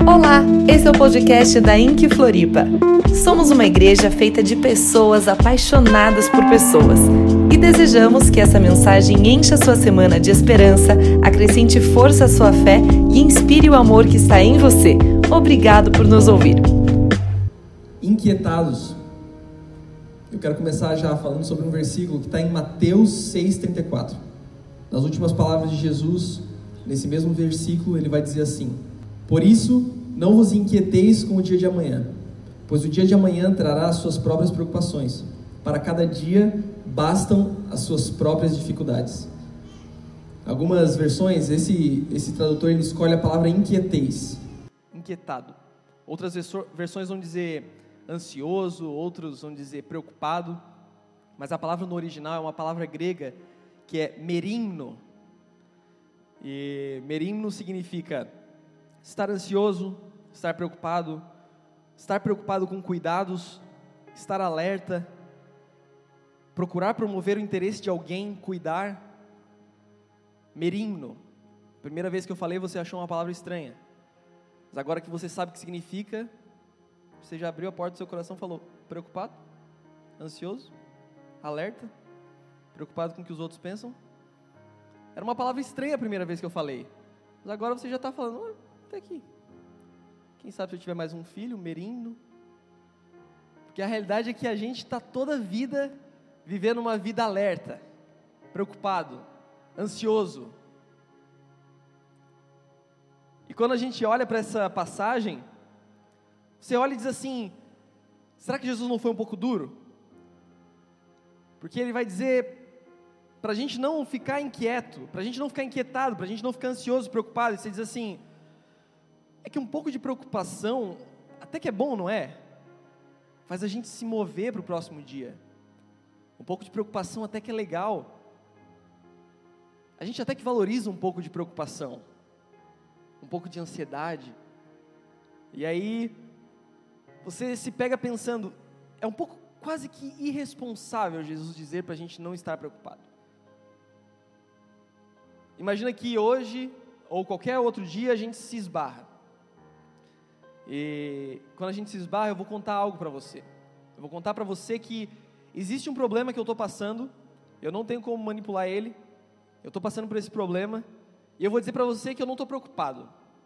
Olá, esse é o podcast da INC Floripa. Somos uma igreja feita de pessoas apaixonadas por pessoas e desejamos que essa mensagem encha sua semana de esperança, acrescente força à sua fé e inspire o amor que está em você. Obrigado por nos ouvir. Inquietados. Eu quero começar já falando sobre um versículo que está em Mateus 6,34. Nas últimas palavras de Jesus, nesse mesmo versículo, ele vai dizer assim: por isso, não vos inquieteis com o dia de amanhã, pois o dia de amanhã trará as suas próprias preocupações. Para cada dia bastam as suas próprias dificuldades. Algumas versões, esse tradutor ele escolhe a palavra inquieteis. Inquietado. Outras versões vão dizer ansioso, outros vão dizer preocupado. Mas a palavra no original é uma palavra grega que é merimno. E merimno significa estar ansioso, estar preocupado com cuidados, estar alerta, procurar promover o interesse de alguém, cuidar. Merimno. Primeira vez que eu falei, você achou uma palavra estranha. Mas agora que você sabe o que significa, você já abriu a porta do seu coração e falou: preocupado, ansioso, alerta, preocupado com o que os outros pensam. Era uma palavra estranha a primeira vez que eu falei, mas agora você já está falando: até aqui. Quem sabe se eu tiver mais um filho, merimno. Porque a realidade é que a gente está toda a vida vivendo uma vida alerta, preocupado, ansioso. E quando a gente olha para essa passagem, você olha e diz assim: será que Jesus não foi um pouco duro? Porque ele vai dizer para a gente não ficar inquieto, para a gente não ficar inquietado, para a gente não ficar ansioso, preocupado. E você diz assim: é que um pouco de preocupação até que é bom, não é? Faz a gente se mover para o próximo dia. Um pouco de preocupação até que é legal. A gente até que valoriza um pouco de preocupação, um pouco de ansiedade. E aí você se pega pensando: é um pouco quase que irresponsável Jesus dizer para a gente não estar preocupado. Imagina que hoje, ou qualquer outro dia, a gente se esbarra. E quando a gente se esbarra, eu vou contar algo para você. Eu vou contar para você que existe um problema que eu estou passando, eu não tenho como manipular ele, eu estou passando por esse problema, e eu vou dizer para você que eu não estou preocupado.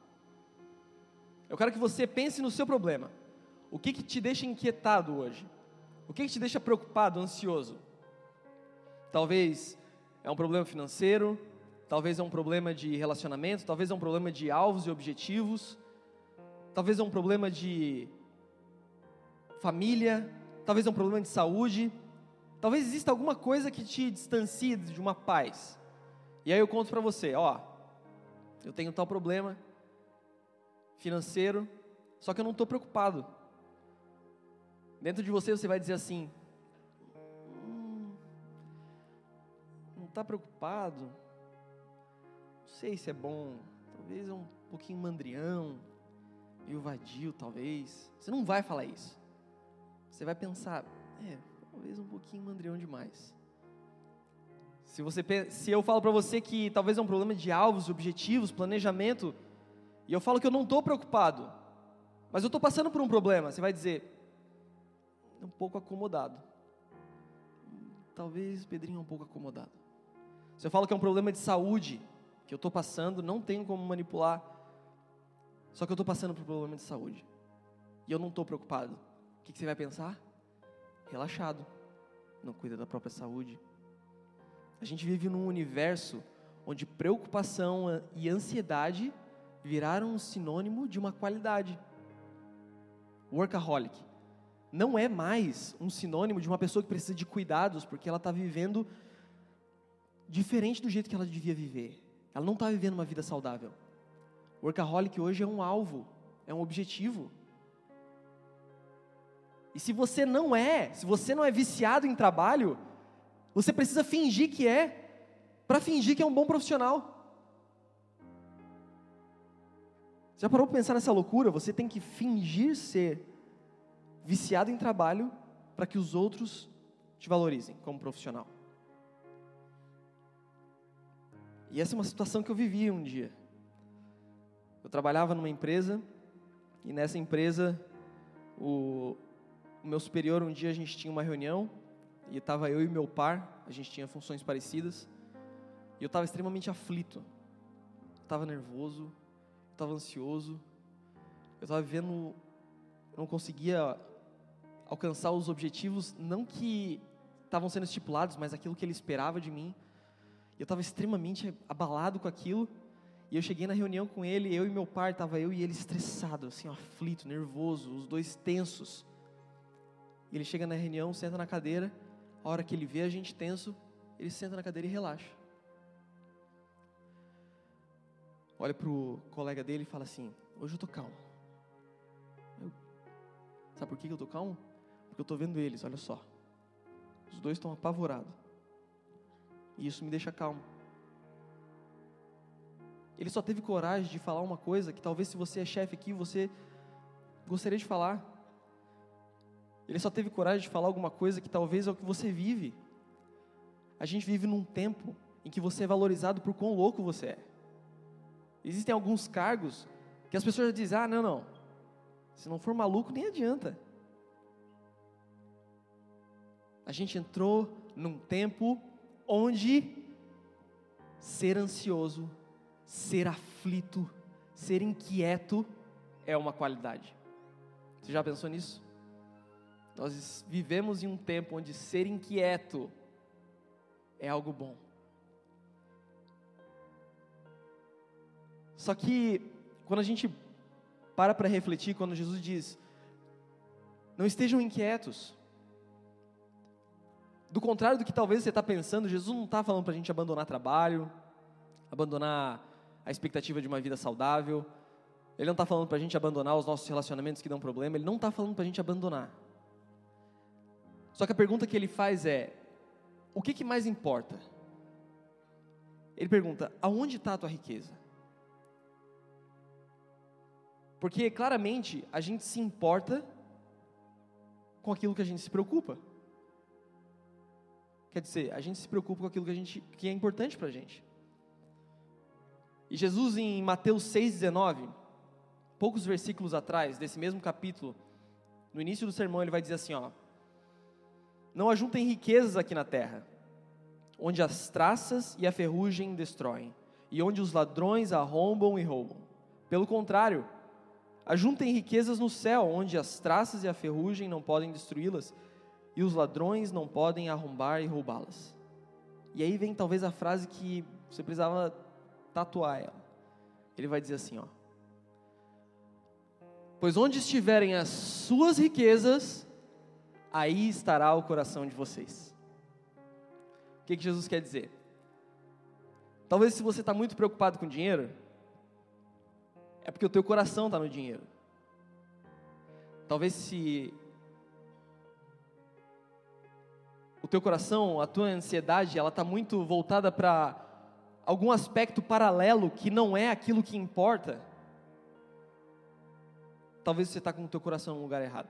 Eu quero que você pense no seu problema. O que te deixa inquietado hoje? O que te deixa preocupado, ansioso? Talvez é um problema financeiro, talvez é um problema de relacionamento, talvez é um problema de alvos e objetivos, talvez é um problema de família, talvez é um problema de saúde, talvez exista alguma coisa que te distancie de uma paz. E aí eu conto para você: eu tenho tal problema financeiro, só que eu não estou preocupado. Dentro de você vai dizer assim: não está preocupado? Não sei se é bom, talvez é um pouquinho mandrião, meio vadio talvez. Você não vai falar isso. Você vai pensar: talvez um pouquinho mandrião demais. Se eu falo para você que talvez é um problema de alvos, objetivos, planejamento, e eu falo que eu não estou preocupado, mas eu estou passando por um problema, você vai dizer: um pouco acomodado. Talvez Pedrinho é um pouco acomodado. Se eu falo que é um problema de saúde que eu estou passando, não tenho como manipular, só que eu estou passando por um problema de saúde e eu não estou preocupado, o que você vai pensar? Relaxado, não cuida da própria saúde. A gente vive num universo onde preocupação e ansiedade viraram um sinônimo de uma qualidade. Workaholic não é mais um sinônimo de uma pessoa que precisa de cuidados, porque ela está vivendo diferente do jeito que ela devia viver. Ela não está vivendo uma vida saudável. Workaholic hoje é um alvo, é um objetivo. E se você não é viciado em trabalho, você precisa fingir que para fingir que é um bom profissional. Já parou para pensar nessa loucura? Você tem que fingir ser viciado em trabalho para que os outros te valorizem como profissional. E essa é uma situação que eu vivi um dia. Eu trabalhava numa empresa E nessa empresa, o meu superior, um dia a gente tinha uma reunião, e estava eu e meu par, a gente tinha funções parecidas, e eu estava extremamente aflito, eu estava nervoso, eu estava ansioso, eu estava vivendo, eu não conseguia alcançar os objetivos, não que estavam sendo estipulados, mas aquilo que ele esperava de mim. Eu estava extremamente abalado com aquilo, e eu cheguei na reunião com ele, eu e meu par, estava eu e ele estressado, assim, aflito, nervoso, os dois tensos. Ele chega na reunião, senta na cadeira, a hora que ele vê a gente tenso, ele senta na cadeira e relaxa. Olha para o colega dele e fala assim: hoje eu estou calmo. Sabe por que eu estou calmo? Porque eu estou vendo eles, olha só. Os dois estão apavorados. E isso me deixa calmo. Ele só teve coragem de falar uma coisa que talvez, se você é chefe aqui, você gostaria de falar. Ele só teve coragem de falar alguma coisa que talvez é o que você vive. A gente vive num tempo em que você é valorizado por quão louco você é. Existem alguns cargos que as pessoas dizem: ah, não, se não for maluco nem adianta. A gente entrou num tempo onde ser ansioso, ser aflito, ser inquieto é uma qualidade. Você já pensou nisso? Nós vivemos em um tempo onde ser inquieto é algo bom. Só que, quando a gente para refletir, quando Jesus diz: não estejam inquietos, do contrário do que talvez você está pensando, Jesus não está falando para a gente abandonar trabalho, abandonar a expectativa de uma vida saudável. Ele não está falando para a gente abandonar os nossos relacionamentos que dão problema. Ele não está falando para a gente abandonar. Só que a pergunta que ele faz é: o que mais importa? Ele pergunta: aonde está a tua riqueza? Porque claramente a gente se importa com aquilo que a gente se preocupa. Quer dizer, a gente se preocupa com aquilo que é importante para a gente. E Jesus, em Mateus 6,19, poucos versículos atrás, desse mesmo capítulo, no início do sermão, ele vai dizer assim, ó: não ajuntem riquezas aqui na terra, onde as traças e a ferrugem destroem, e onde os ladrões arrombam e roubam. Pelo contrário, ajuntem riquezas no céu, onde as traças e a ferrugem não podem destruí-las, e os ladrões não podem arrombar e roubá-las. E aí vem talvez a frase que você precisava tatuar ela. Ele vai dizer assim, ó: pois onde estiverem as suas riquezas, aí estará o coração de vocês. O que Jesus quer dizer? Talvez, se você está muito preocupado com dinheiro, é porque o teu coração está no dinheiro. Talvez, se o teu coração, a tua ansiedade, ela está muito voltada para algum aspecto paralelo que não é aquilo que importa, talvez você está com o teu coração no lugar errado.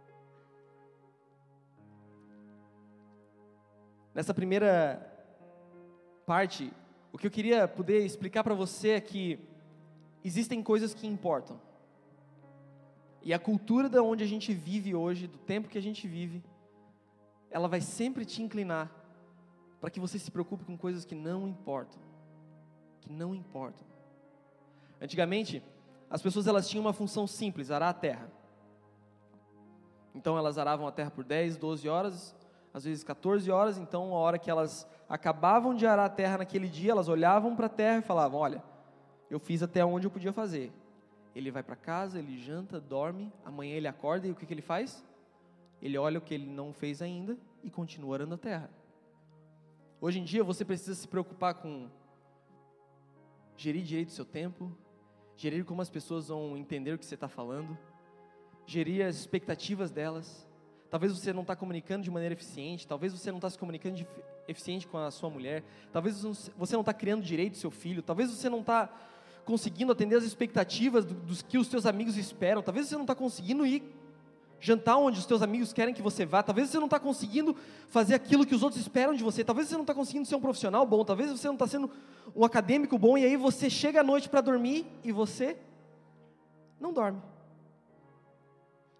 Nessa primeira parte, o que eu queria poder explicar para você é que existem coisas que importam. E a cultura da onde a gente vive hoje, do tempo que a gente vive, ela vai sempre te inclinar para que você se preocupe com coisas que não importam. Que não importam. Antigamente, as pessoas, elas tinham uma função simples: arar a terra. Então elas aravam a terra por 10, 12 horas, às vezes 14 horas. Então, a hora que elas acabavam de arar a terra naquele dia, elas olhavam para a terra e falavam: olha, eu fiz até onde eu podia fazer. Ele vai para casa, ele janta, dorme, amanhã ele acorda e o que ele faz? Ele olha o que ele não fez ainda e continua arando a terra. Hoje em dia você precisa se preocupar com gerir direito o seu tempo, gerir como as pessoas vão entender o que você está falando, gerir as expectativas delas. Talvez você não está comunicando de maneira eficiente, talvez você não está se comunicando eficiente com a sua mulher, talvez você não está criando direito o seu filho, talvez você não está conseguindo atender as expectativas dos que os teus amigos esperam, talvez você não está conseguindo ir jantar onde os teus amigos querem que você vá, talvez você não está conseguindo fazer aquilo que os outros esperam de você, talvez você não está conseguindo ser um profissional bom, talvez você não está sendo um acadêmico bom, e aí você chega à noite para dormir e você não dorme.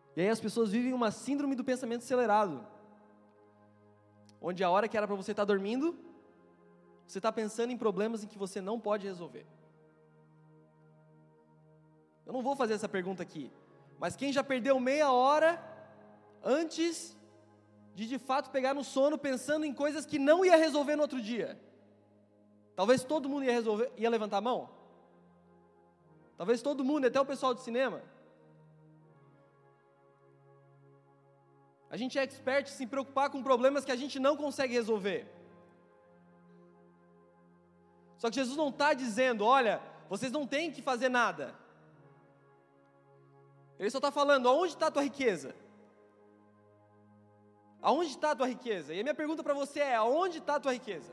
E aí as pessoas vivem uma síndrome do pensamento acelerado, onde a hora que era para você estar dormindo, você está pensando em problemas em que você não pode resolver. Eu não vou fazer essa pergunta aqui, mas quem já perdeu meia hora antes de fato pegar no sono pensando em coisas que não ia resolver no outro dia? Talvez todo mundo ia levantar a mão. Talvez todo mundo, até o pessoal do cinema. A gente é expert em se preocupar com problemas que a gente não consegue resolver. Só que Jesus não está dizendo, olha, vocês não têm que fazer nada. Ele só está falando, aonde está a tua riqueza? Aonde está a tua riqueza? E a minha pergunta para você é, aonde está a tua riqueza?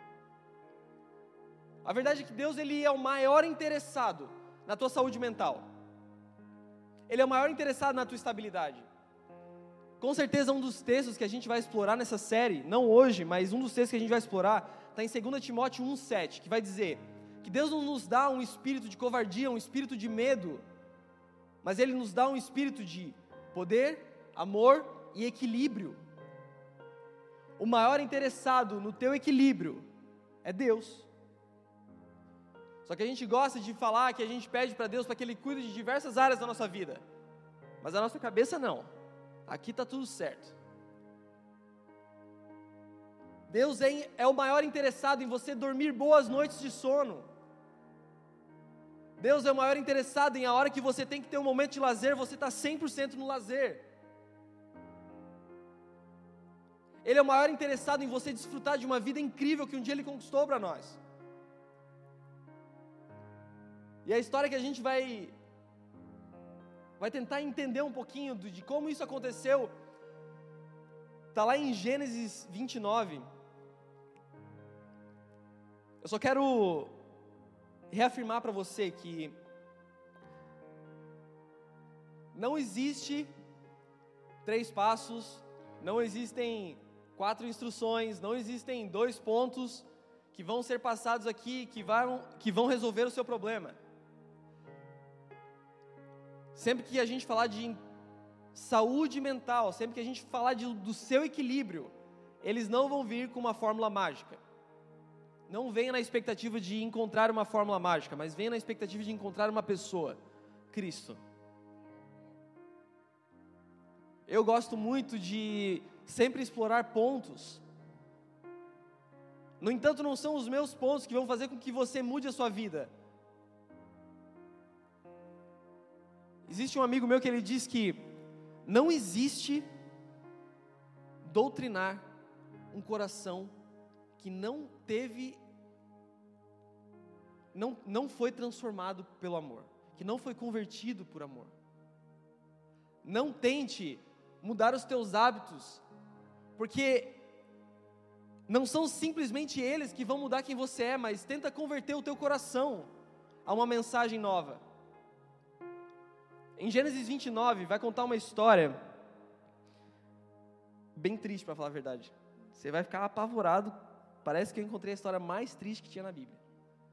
A verdade é que Deus, Ele é o maior interessado na tua saúde mental. Ele é o maior interessado na tua estabilidade. Com certeza um dos textos que a gente vai explorar nessa série, não hoje, mas um dos textos que a gente vai explorar, está em 2 Timóteo 1,7, que vai dizer que Deus não nos dá um espírito de covardia, um espírito de medo, mas Ele nos dá um espírito de poder, amor e equilíbrio. O maior interessado no teu equilíbrio é Deus. Só que a gente gosta de falar que a gente pede para Deus para que Ele cuide de diversas áreas da nossa vida, mas a nossa cabeça não. Aqui está tudo certo. Deus é o maior interessado em você dormir boas noites de sono. Deus é o maior interessado em a hora que você tem que ter um momento de lazer, você está 100% no lazer. Ele é o maior interessado em você desfrutar de uma vida incrível que um dia Ele conquistou para nós. E a história que a gente vai tentar entender um pouquinho de como isso aconteceu, está lá em Gênesis 29. Eu só quero reafirmar para você que não existe 3 passos, não existem 4 instruções, não existem 2 pontos que vão ser passados aqui, que vão resolver o seu problema. Sempre que a gente falar de saúde mental, sempre que a gente falar do seu equilíbrio, eles não vão vir com uma fórmula mágica. Não venha na expectativa de encontrar uma fórmula mágica, mas venha na expectativa de encontrar uma pessoa, Cristo. Eu gosto muito de sempre explorar pontos. No entanto, não são os meus pontos que vão fazer com que você mude a sua vida. Existe um amigo meu que ele diz que não existe doutrinar um coração que não foi transformado pelo amor, que não foi convertido por amor. Não tente mudar os teus hábitos, porque não são simplesmente eles que vão mudar quem você é, mas tenta converter o teu coração a uma mensagem nova. Em Gênesis 29, vai contar uma história bem triste, para falar a verdade. Você vai ficar apavorado, parece que eu encontrei a história mais triste que tinha na Bíblia.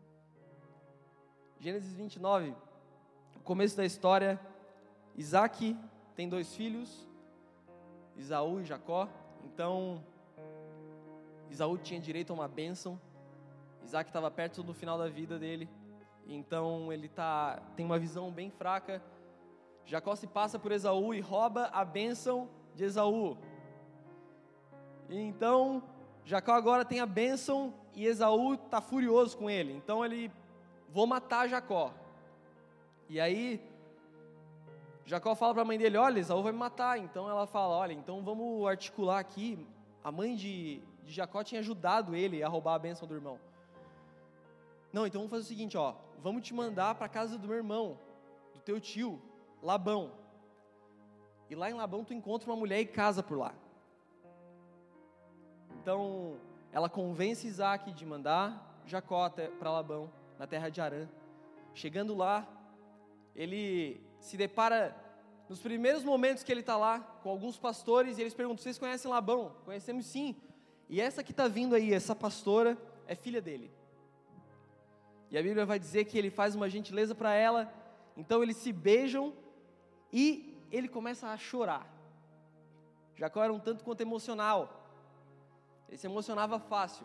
Gênesis 29, o começo da história, Isaac tem 2 filhos, Esaú e Jacó. Então, Esaú tinha direito a uma bênção, Isaac estava perto do final da vida dele, então ele tem uma visão bem fraca. Jacó se passa por Esaú e rouba a bênção de Esaú. E então, Jacó agora tem a bênção e Esaú está furioso com ele. Então vou matar Jacó. E aí, Jacó fala para a mãe dele, olha, Esaú vai me matar. Então ela fala, olha, então vamos articular aqui. A mãe de Jacó tinha ajudado ele a roubar a bênção do irmão. Não, então vamos fazer o seguinte, vamos te mandar para a casa do meu irmão, do teu tio, Labão. E lá em Labão tu encontra uma mulher e casa por lá. Então, ela convence Isaac de mandar Jacó para Labão, na terra de Harã. Chegando lá, ele se depara, nos primeiros momentos que ele está lá, com alguns pastores, e eles perguntam, vocês conhecem Labão? Conhecemos sim. E essa que está vindo aí, essa pastora, é filha dele. E a Bíblia vai dizer que ele faz uma gentileza para ela, então eles se beijam, e ele começa a chorar. Jacó era um tanto quanto emocional. Ele se emocionava fácil.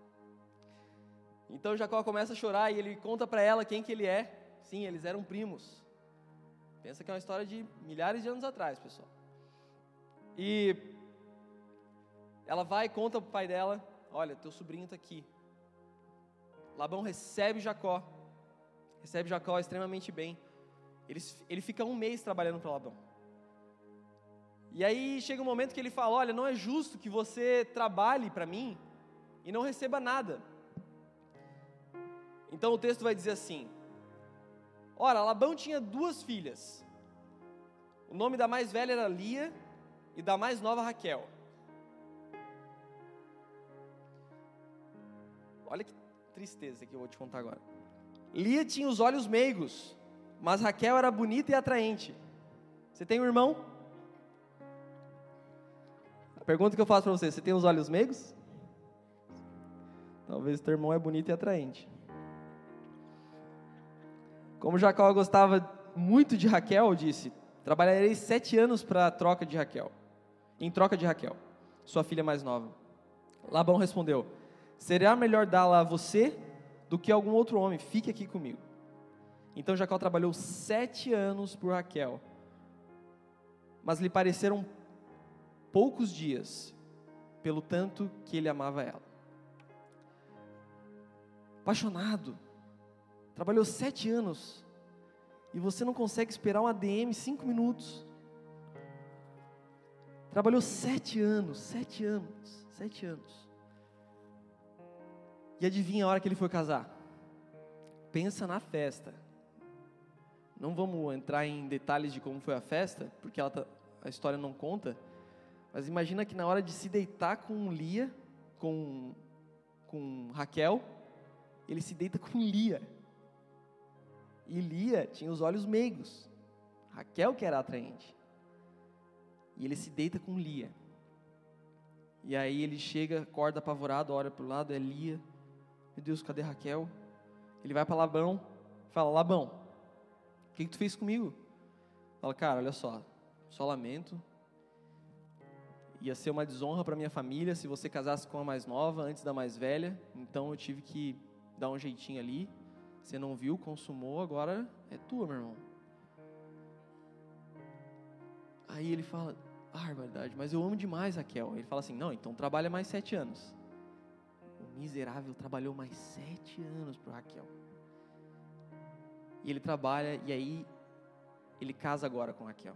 Então Jacó começa a chorar e ele conta para ela quem que ele é. Sim, eles eram primos. Pensa que é uma história de milhares de anos atrás, pessoal. E ela vai e conta para o pai dela: olha, teu sobrinho está aqui. Labão recebe Jacó extremamente bem. Ele fica 1 mês trabalhando para Labão. E aí chega um momento que ele fala: olha, não é justo que você trabalhe para mim e não receba nada. Então o texto vai dizer assim: ora, Labão tinha 2 filhas. O nome da mais velha era Lia e da mais nova Raquel. Olha que tristeza que eu vou te contar agora. Lia tinha os olhos meigos, mas Raquel era bonita e atraente. Você tem um irmão? A pergunta que eu faço para você: você tem os olhos meigos? Talvez teu irmão é bonito e atraente. Como Jacó gostava muito de Raquel, disse: trabalharei 7 anos em troca de Raquel, sua filha mais nova. Labão respondeu: será melhor dá-la a você do que a algum outro homem, fique aqui comigo. Então Jacó trabalhou 7 anos por Raquel, mas lhe pareceram poucos dias, pelo tanto que ele amava ela. Apaixonado, trabalhou 7 anos, e você não consegue esperar um ADM 5 minutos. Trabalhou 7 anos. E adivinha a hora que ele foi casar? Pensa na festa. Não vamos entrar em detalhes de como foi a festa, porque a história não conta. Mas imagina que na hora de se deitar com Lia, com Raquel, ele se deita com Lia. E Lia tinha os olhos meigos. Raquel que era atraente. E ele se deita com Lia. E aí ele chega, acorda apavorado, olha para o lado, é Lia. Meu Deus, cadê Raquel? Ele vai para Labão, fala: Labão, o que tu fez comigo? Fala: cara, olha só lamento. Ia ser uma desonra para minha família se você casasse com a mais nova antes da mais velha. Então eu tive que dar um jeitinho ali. Você não viu, consumou, agora é tua, meu irmão. Aí ele fala: barbaridade, mas eu amo demais Raquel. Ele fala assim: não, então trabalha mais 7 anos. O miserável trabalhou mais 7 anos para Raquel. E ele trabalha, e aí ele casa agora com Raquel.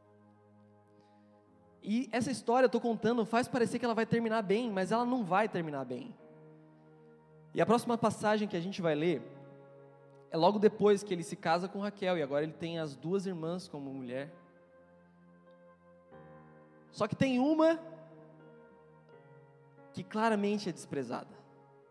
E essa história eu estou contando faz parecer que ela vai terminar bem, mas ela não vai terminar bem. E a próxima passagem que a gente vai ler é logo depois que ele se casa com Raquel, e agora ele tem as 2 irmãs como mulher. Só que tem uma que claramente é desprezada.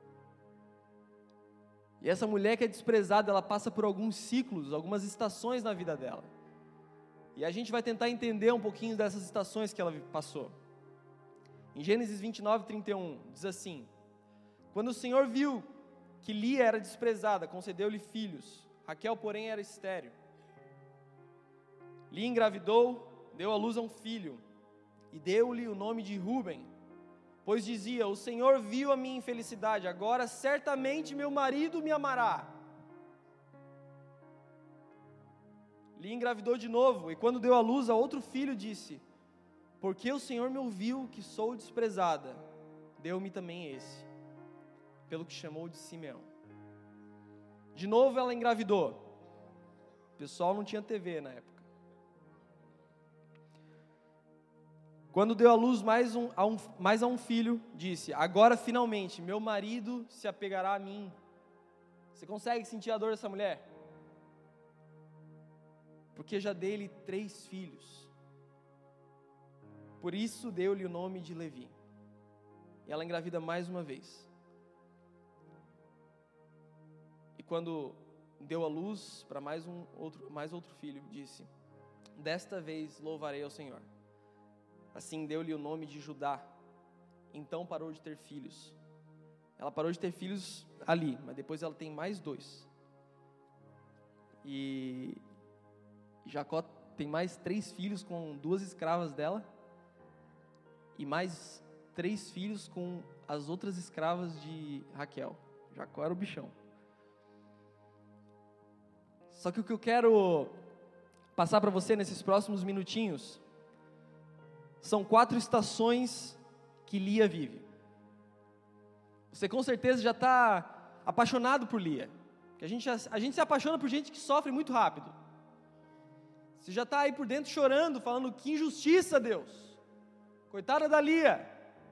E essa mulher que é desprezada, ela passa por alguns ciclos, algumas estações na vida dela. E a gente vai tentar entender um pouquinho dessas estações que ela passou. Em Gênesis 29, 31, diz assim: quando o Senhor viu que Lia era desprezada, concedeu-lhe filhos. Raquel, porém, era estéril. Lia engravidou, deu à luz a um filho, e deu-lhe o nome de Ruben, pois dizia: o Senhor viu a minha infelicidade, agora certamente meu marido me amará. Lia engravidou de novo, e quando deu à luz a outro filho, disse: porque o Senhor me ouviu que sou desprezada, deu-me também esse, pelo que chamou de Simeão. De novo ela engravidou. O pessoal não tinha TV na época. Quando deu à luz mais a um filho, disse: agora finalmente meu marido se apegará a mim. Você consegue sentir a dor dessa mulher? Porque já dei-lhe 3 filhos. Por isso deu-lhe o nome de Levi. E ela engravida mais uma vez. E quando deu à luz para mais outro filho, disse: desta vez louvarei ao Senhor. Assim deu-lhe o nome de Judá. Então parou de ter filhos. Ela parou de ter filhos ali, mas depois ela tem mais 2. E Jacó tem mais 3 filhos com 2 escravas dela, e mais 3 filhos com as outras escravas de Raquel. Jacó era o bichão. Só que o que eu quero passar para você nesses próximos minutinhos são 4 estações que Lia vive. Você com certeza já está apaixonado por Lia, porque a gente se apaixona por gente que sofre muito rápido. Você já está aí por dentro chorando, falando que injustiça, Deus, coitada da Lia.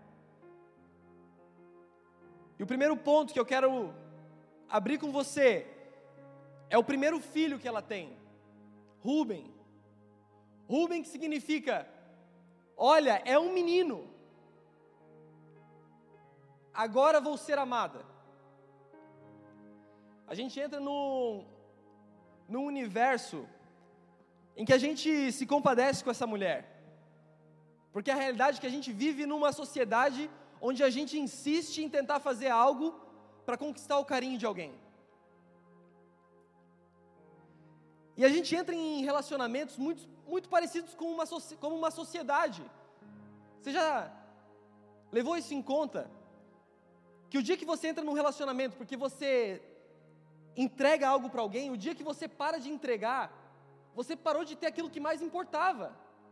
E o primeiro ponto que eu quero abrir com você é o primeiro filho que ela tem, Rúben. Rúben, que significa, olha, é um menino, agora vou ser amada. A gente entra num universo em que a gente se compadece com essa mulher, porque a realidade é que a gente vive numa sociedade onde a gente insiste em tentar fazer algo para conquistar o carinho de alguém. E a gente entra em relacionamentos muito parecidos com uma sociedade. Você já levou isso em conta? Que o dia que você entra num relacionamento porque você entrega algo para alguém, o dia que você para de entregar, você parou de ter aquilo que mais importava.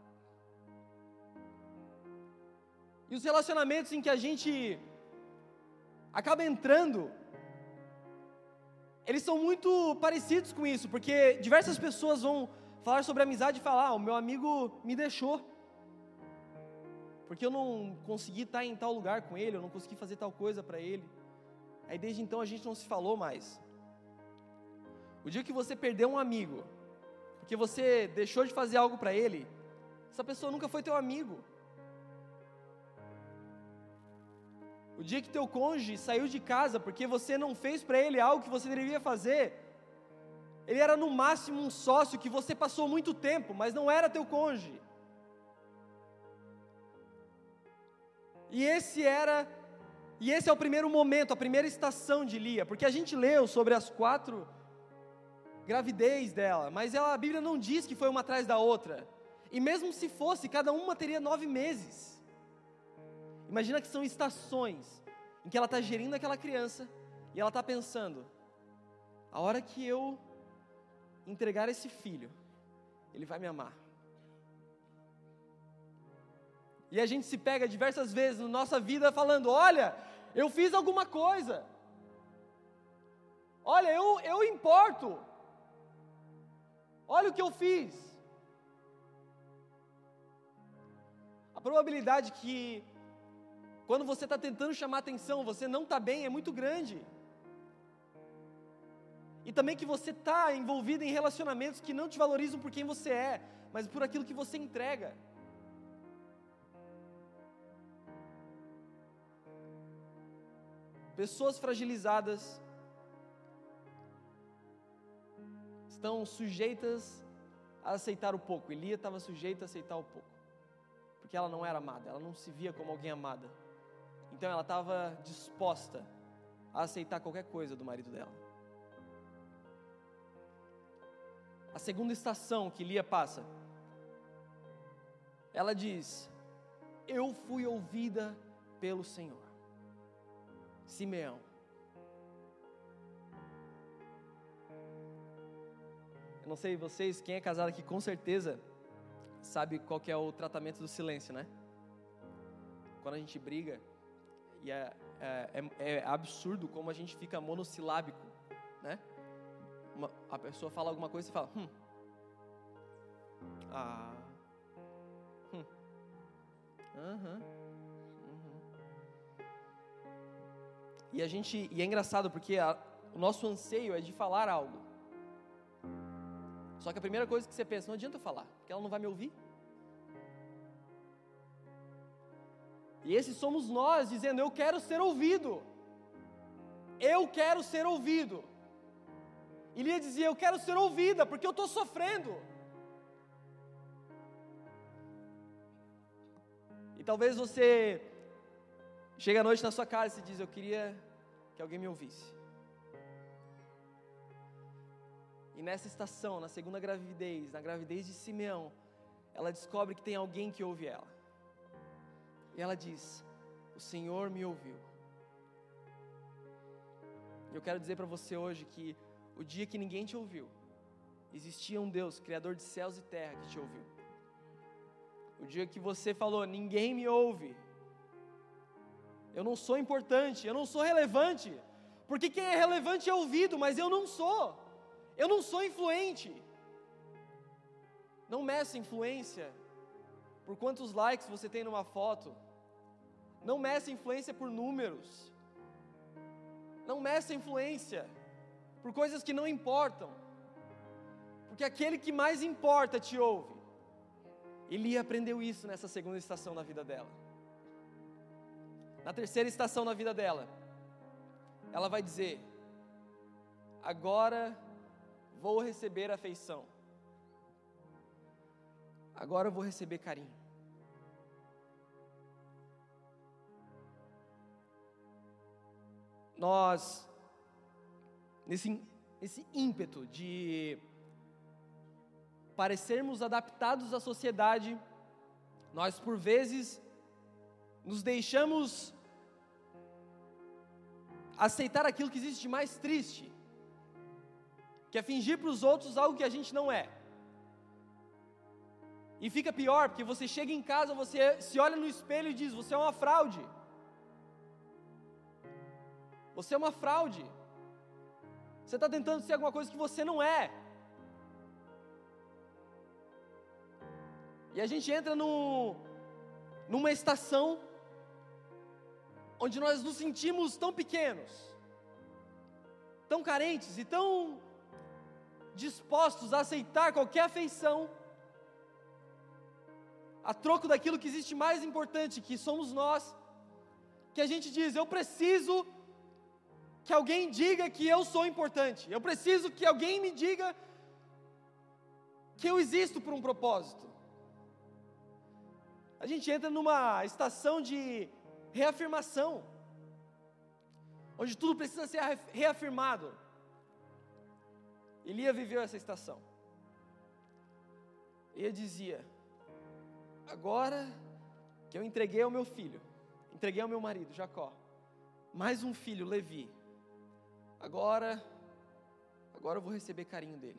E os relacionamentos em que a gente acaba entrando, eles são muito parecidos com isso, porque diversas pessoas vão falar sobre amizade e falar, o meu amigo me deixou, porque eu não consegui estar em tal lugar com ele, eu não consegui fazer tal coisa para ele. Aí desde então a gente não se falou mais. O dia que você perdeu um amigo, porque você deixou de fazer algo para ele, essa pessoa nunca foi teu amigo. O dia que teu cônjuge saiu de casa porque você não fez para ele algo que você deveria fazer, ele era no máximo um sócio que você passou muito tempo, mas não era teu cônjuge. E esse é o primeiro momento, a primeira estação de Lia, porque a gente leu sobre as 4 gravidez dela, mas a Bíblia não diz que foi uma atrás da outra, e mesmo se fosse, cada uma teria 9 meses. Imagina que são estações em que ela está gerindo aquela criança e ela está pensando, a hora que eu entregar esse filho, ele vai me amar. E a gente se pega diversas vezes na nossa vida falando, olha, eu fiz alguma coisa, olha, eu importo, olha o que eu fiz. A probabilidade que quando você está tentando chamar atenção, você não está bem, é muito grande. E também que você está envolvido em relacionamentos que não te valorizam por quem você é, mas por aquilo que você entrega. Pessoas fragilizadas estão sujeitas a aceitar o pouco. Lia estava sujeita a aceitar o pouco, porque ela não era amada, ela não se via como alguém amada. Então ela estava disposta a aceitar qualquer coisa do marido dela. A segunda estação que Lia passa, ela diz, eu fui ouvida pelo Senhor. Simeão. Eu não sei vocês, quem é casado aqui com certeza sabe qual que é o tratamento do silêncio, né? Quando a gente briga, e é absurdo como a gente fica monossilábico, né? A pessoa fala alguma coisa e você fala, E é engraçado porque o nosso anseio é de falar algo. Só que a primeira coisa que você pensa, não adianta eu falar, porque ela não vai me ouvir. E esses somos nós dizendo, eu quero ser ouvido. Eu quero ser ouvido. E Lia dizia, eu quero ser ouvida, porque eu estou sofrendo. E talvez você chegue à noite na sua casa e diz, eu queria que alguém me ouvisse. E nessa estação, na segunda gravidez, na gravidez de Simeão, ela descobre que tem alguém que ouve ela. E ela diz: o Senhor me ouviu. Eu quero dizer para você hoje que o dia que ninguém te ouviu, existia um Deus, Criador de céus e terra, que te ouviu. O dia que você falou: ninguém me ouve, eu não sou importante, eu não sou relevante, porque quem é relevante é ouvido, mas eu não sou influente. Não meça influência por quantos likes você tem numa foto, não meça influência por números, não meça influência por coisas que não importam, porque aquele que mais importa te ouve. Elia aprendeu isso nessa segunda estação na vida dela. Na terceira estação na vida dela, ela vai dizer: agora vou receber afeição, agora eu vou receber carinho. Nós, nesse ímpeto de parecermos adaptados à sociedade, nós por vezes nos deixamos aceitar aquilo que existe de mais triste, que é fingir para os outros algo que a gente não é. E fica pior, porque você chega em casa, você se olha no espelho e diz: você é uma fraude. Você é uma fraude. Você está tentando ser alguma coisa que você não é. E a gente entra numa estação onde nós nos sentimos tão pequenos, tão carentes e tão dispostos a aceitar qualquer afeição a troco daquilo que existe mais importante, que somos nós, que a gente diz: eu preciso que alguém diga que eu sou importante, eu preciso que alguém me diga que eu existo por um propósito. A gente entra numa estação de reafirmação, onde tudo precisa ser reafirmado. Elia viveu essa estação. Ele dizia: agora que eu entreguei ao meu filho, entreguei ao meu marido, Jacó, mais um filho, Levi, agora eu vou receber carinho dele.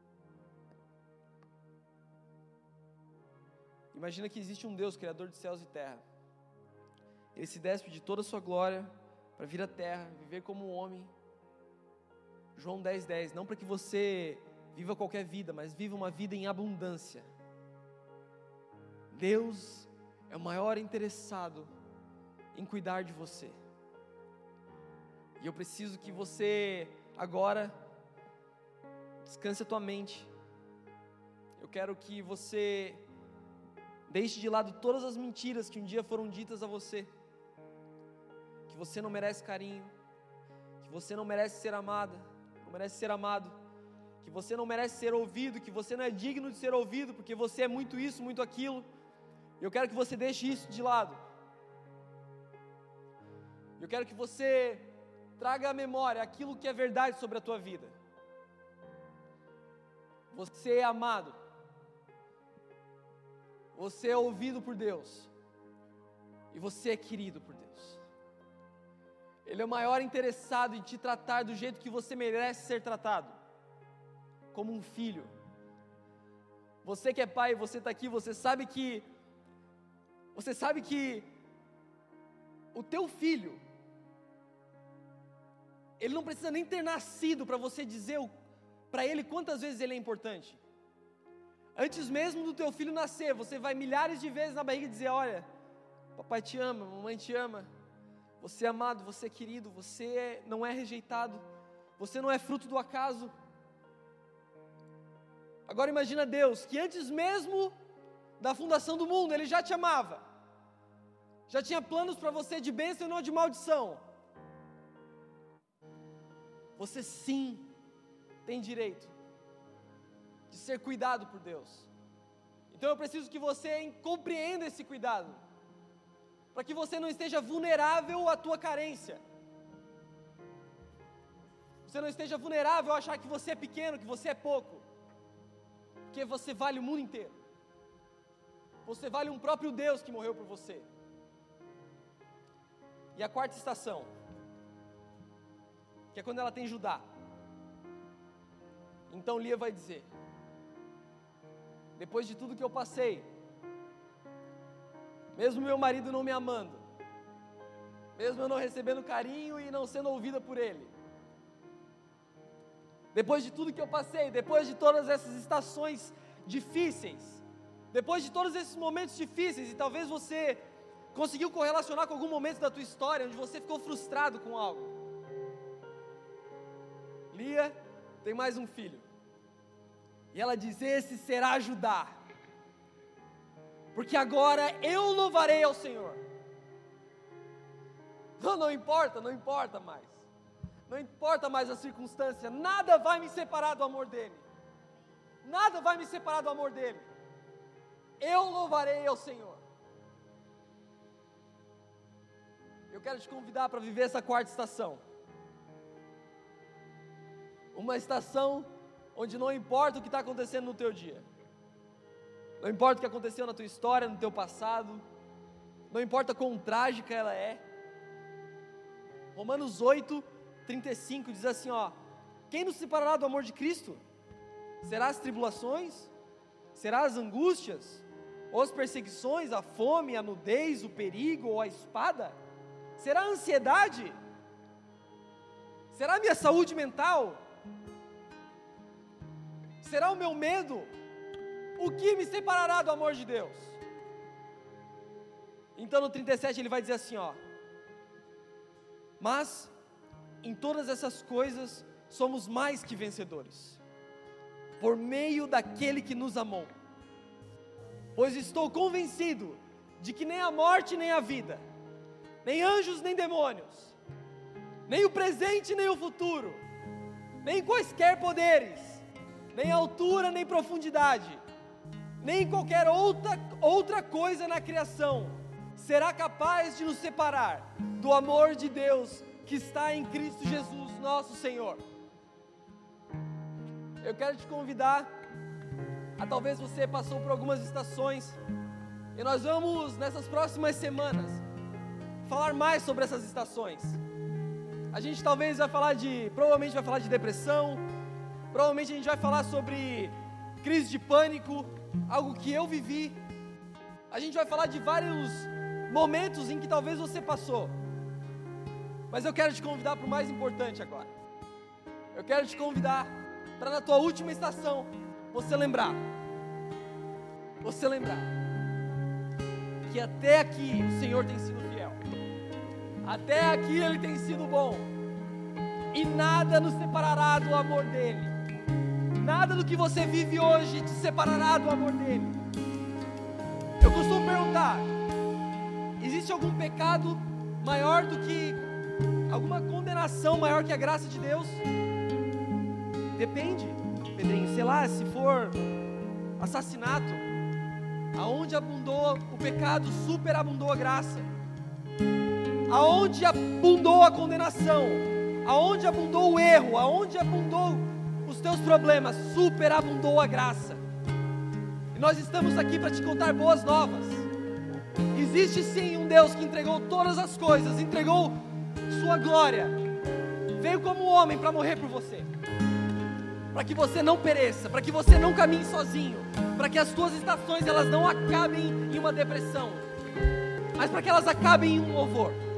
Imagina que existe um Deus, Criador de céus e terra. Ele se despe de toda a sua glória para vir à terra, viver como um homem. João 10:10, não para que você viva qualquer vida, mas viva uma vida em abundância. Deus é o maior interessado em cuidar de você. E eu preciso que você agora descanse a tua mente. Eu quero que você deixe de lado todas as mentiras que um dia foram ditas a você. Que você não merece carinho, que você não merece ser amada, não merece ser amado, que você não merece ser ouvido, que você não é digno de ser ouvido, porque você é muito isso, muito aquilo. Eu quero que você deixe isso de lado. Eu quero que você traga à memória aquilo que é verdade sobre a tua vida. Você é amado. Você é ouvido por Deus. E você é querido por Deus. Ele é o maior interessado em te tratar do jeito que você merece ser tratado. Como um filho. Você que é pai, você está aqui, você sabe que o teu filho, ele não precisa nem ter nascido para você dizer para ele quantas vezes ele é importante. Antes mesmo do teu filho nascer, você vai milhares de vezes na barriga dizer: olha, papai te ama, mamãe te ama, você é amado, você é querido, você não é rejeitado, você não é fruto do acaso. Agora imagina Deus, que antes mesmo da fundação do mundo, Ele já te amava, já tinha planos para você de bênção e não de maldição. Você sim tem direito de ser cuidado por Deus. Então eu preciso que você compreenda esse cuidado, para que você não esteja vulnerável à tua carência. Você não esteja vulnerável a achar que você é pequeno, que você é pouco. Porque você vale o mundo inteiro. Você vale um próprio Deus que morreu por você. E a quarta estação, que é quando ela tem Judá. Então Lia vai dizer: depois de tudo que eu passei, mesmo meu marido não me amando, mesmo eu não recebendo carinho e não sendo ouvida por ele, depois de tudo que eu passei, depois de todas essas estações difíceis, depois de todos esses momentos difíceis, e talvez você conseguiu correlacionar com algum momento da tua história onde você ficou frustrado com algo. Lia tem mais um filho. E ela diz: esse será Judá. Porque agora eu louvarei ao Senhor. Não importa mais. Não importa mais a circunstância, nada vai me separar do amor dele. Nada vai me separar do amor dele. Eu louvarei ao Senhor. Eu quero te convidar para viver essa quarta estação. Uma estação onde não importa o que está acontecendo no teu dia. Não importa o que aconteceu na tua história, no teu passado. Não importa quão trágica ela é. Romanos 8:35 diz assim, quem nos separará do amor de Cristo? Será as tribulações? Será as angústias? Ou as perseguições, a fome, a nudez, o perigo ou a espada? Será a ansiedade? Será a minha saúde mental? Será o meu medo? O que me separará do amor de Deus? Então no 37 ele vai dizer assim, mas em todas essas coisas somos mais que vencedores, por meio daquele que nos amou. Pois estou convencido de que nem a morte nem a vida, nem anjos nem demônios, nem o presente nem o futuro, nem quaisquer poderes, nem altura nem profundidade, nem qualquer outra coisa na criação será capaz de nos separar do amor de Deus que está em Cristo Jesus, nosso Senhor. Eu quero te convidar talvez você passou por algumas estações, e nós vamos nessas próximas semanas falar mais sobre essas estações. A gente talvez provavelmente vai falar de depressão, provavelmente a gente vai falar sobre crise de pânico, algo que eu vivi. A gente vai falar de vários momentos em que talvez você passou, mas eu quero te convidar para o mais importante agora. Eu quero te convidar para na tua última estação você lembrar que até aqui o Senhor tem sido fiel, até aqui Ele tem sido bom, e nada nos separará do amor dEle, nada do que você vive hoje te separará do amor dEle. Eu costumo perguntar, existe algum pecado maior do que, alguma condenação maior que a graça de Deus? Depende, Pedrinho, sei lá, se for assassinato, aonde abundou o pecado, superabundou a graça. Aonde abundou a condenação, aonde abundou o erro, aonde abundou os teus problemas, superabundou a graça. E nós estamos aqui para te contar boas novas. Existe sim um Deus que entregou todas as coisas, entregou sua glória, veio como homem para morrer por você, para que você não pereça, para que você não caminhe sozinho, para que as tuas estações elas não acabem em uma depressão, mas para que elas acabem em um louvor.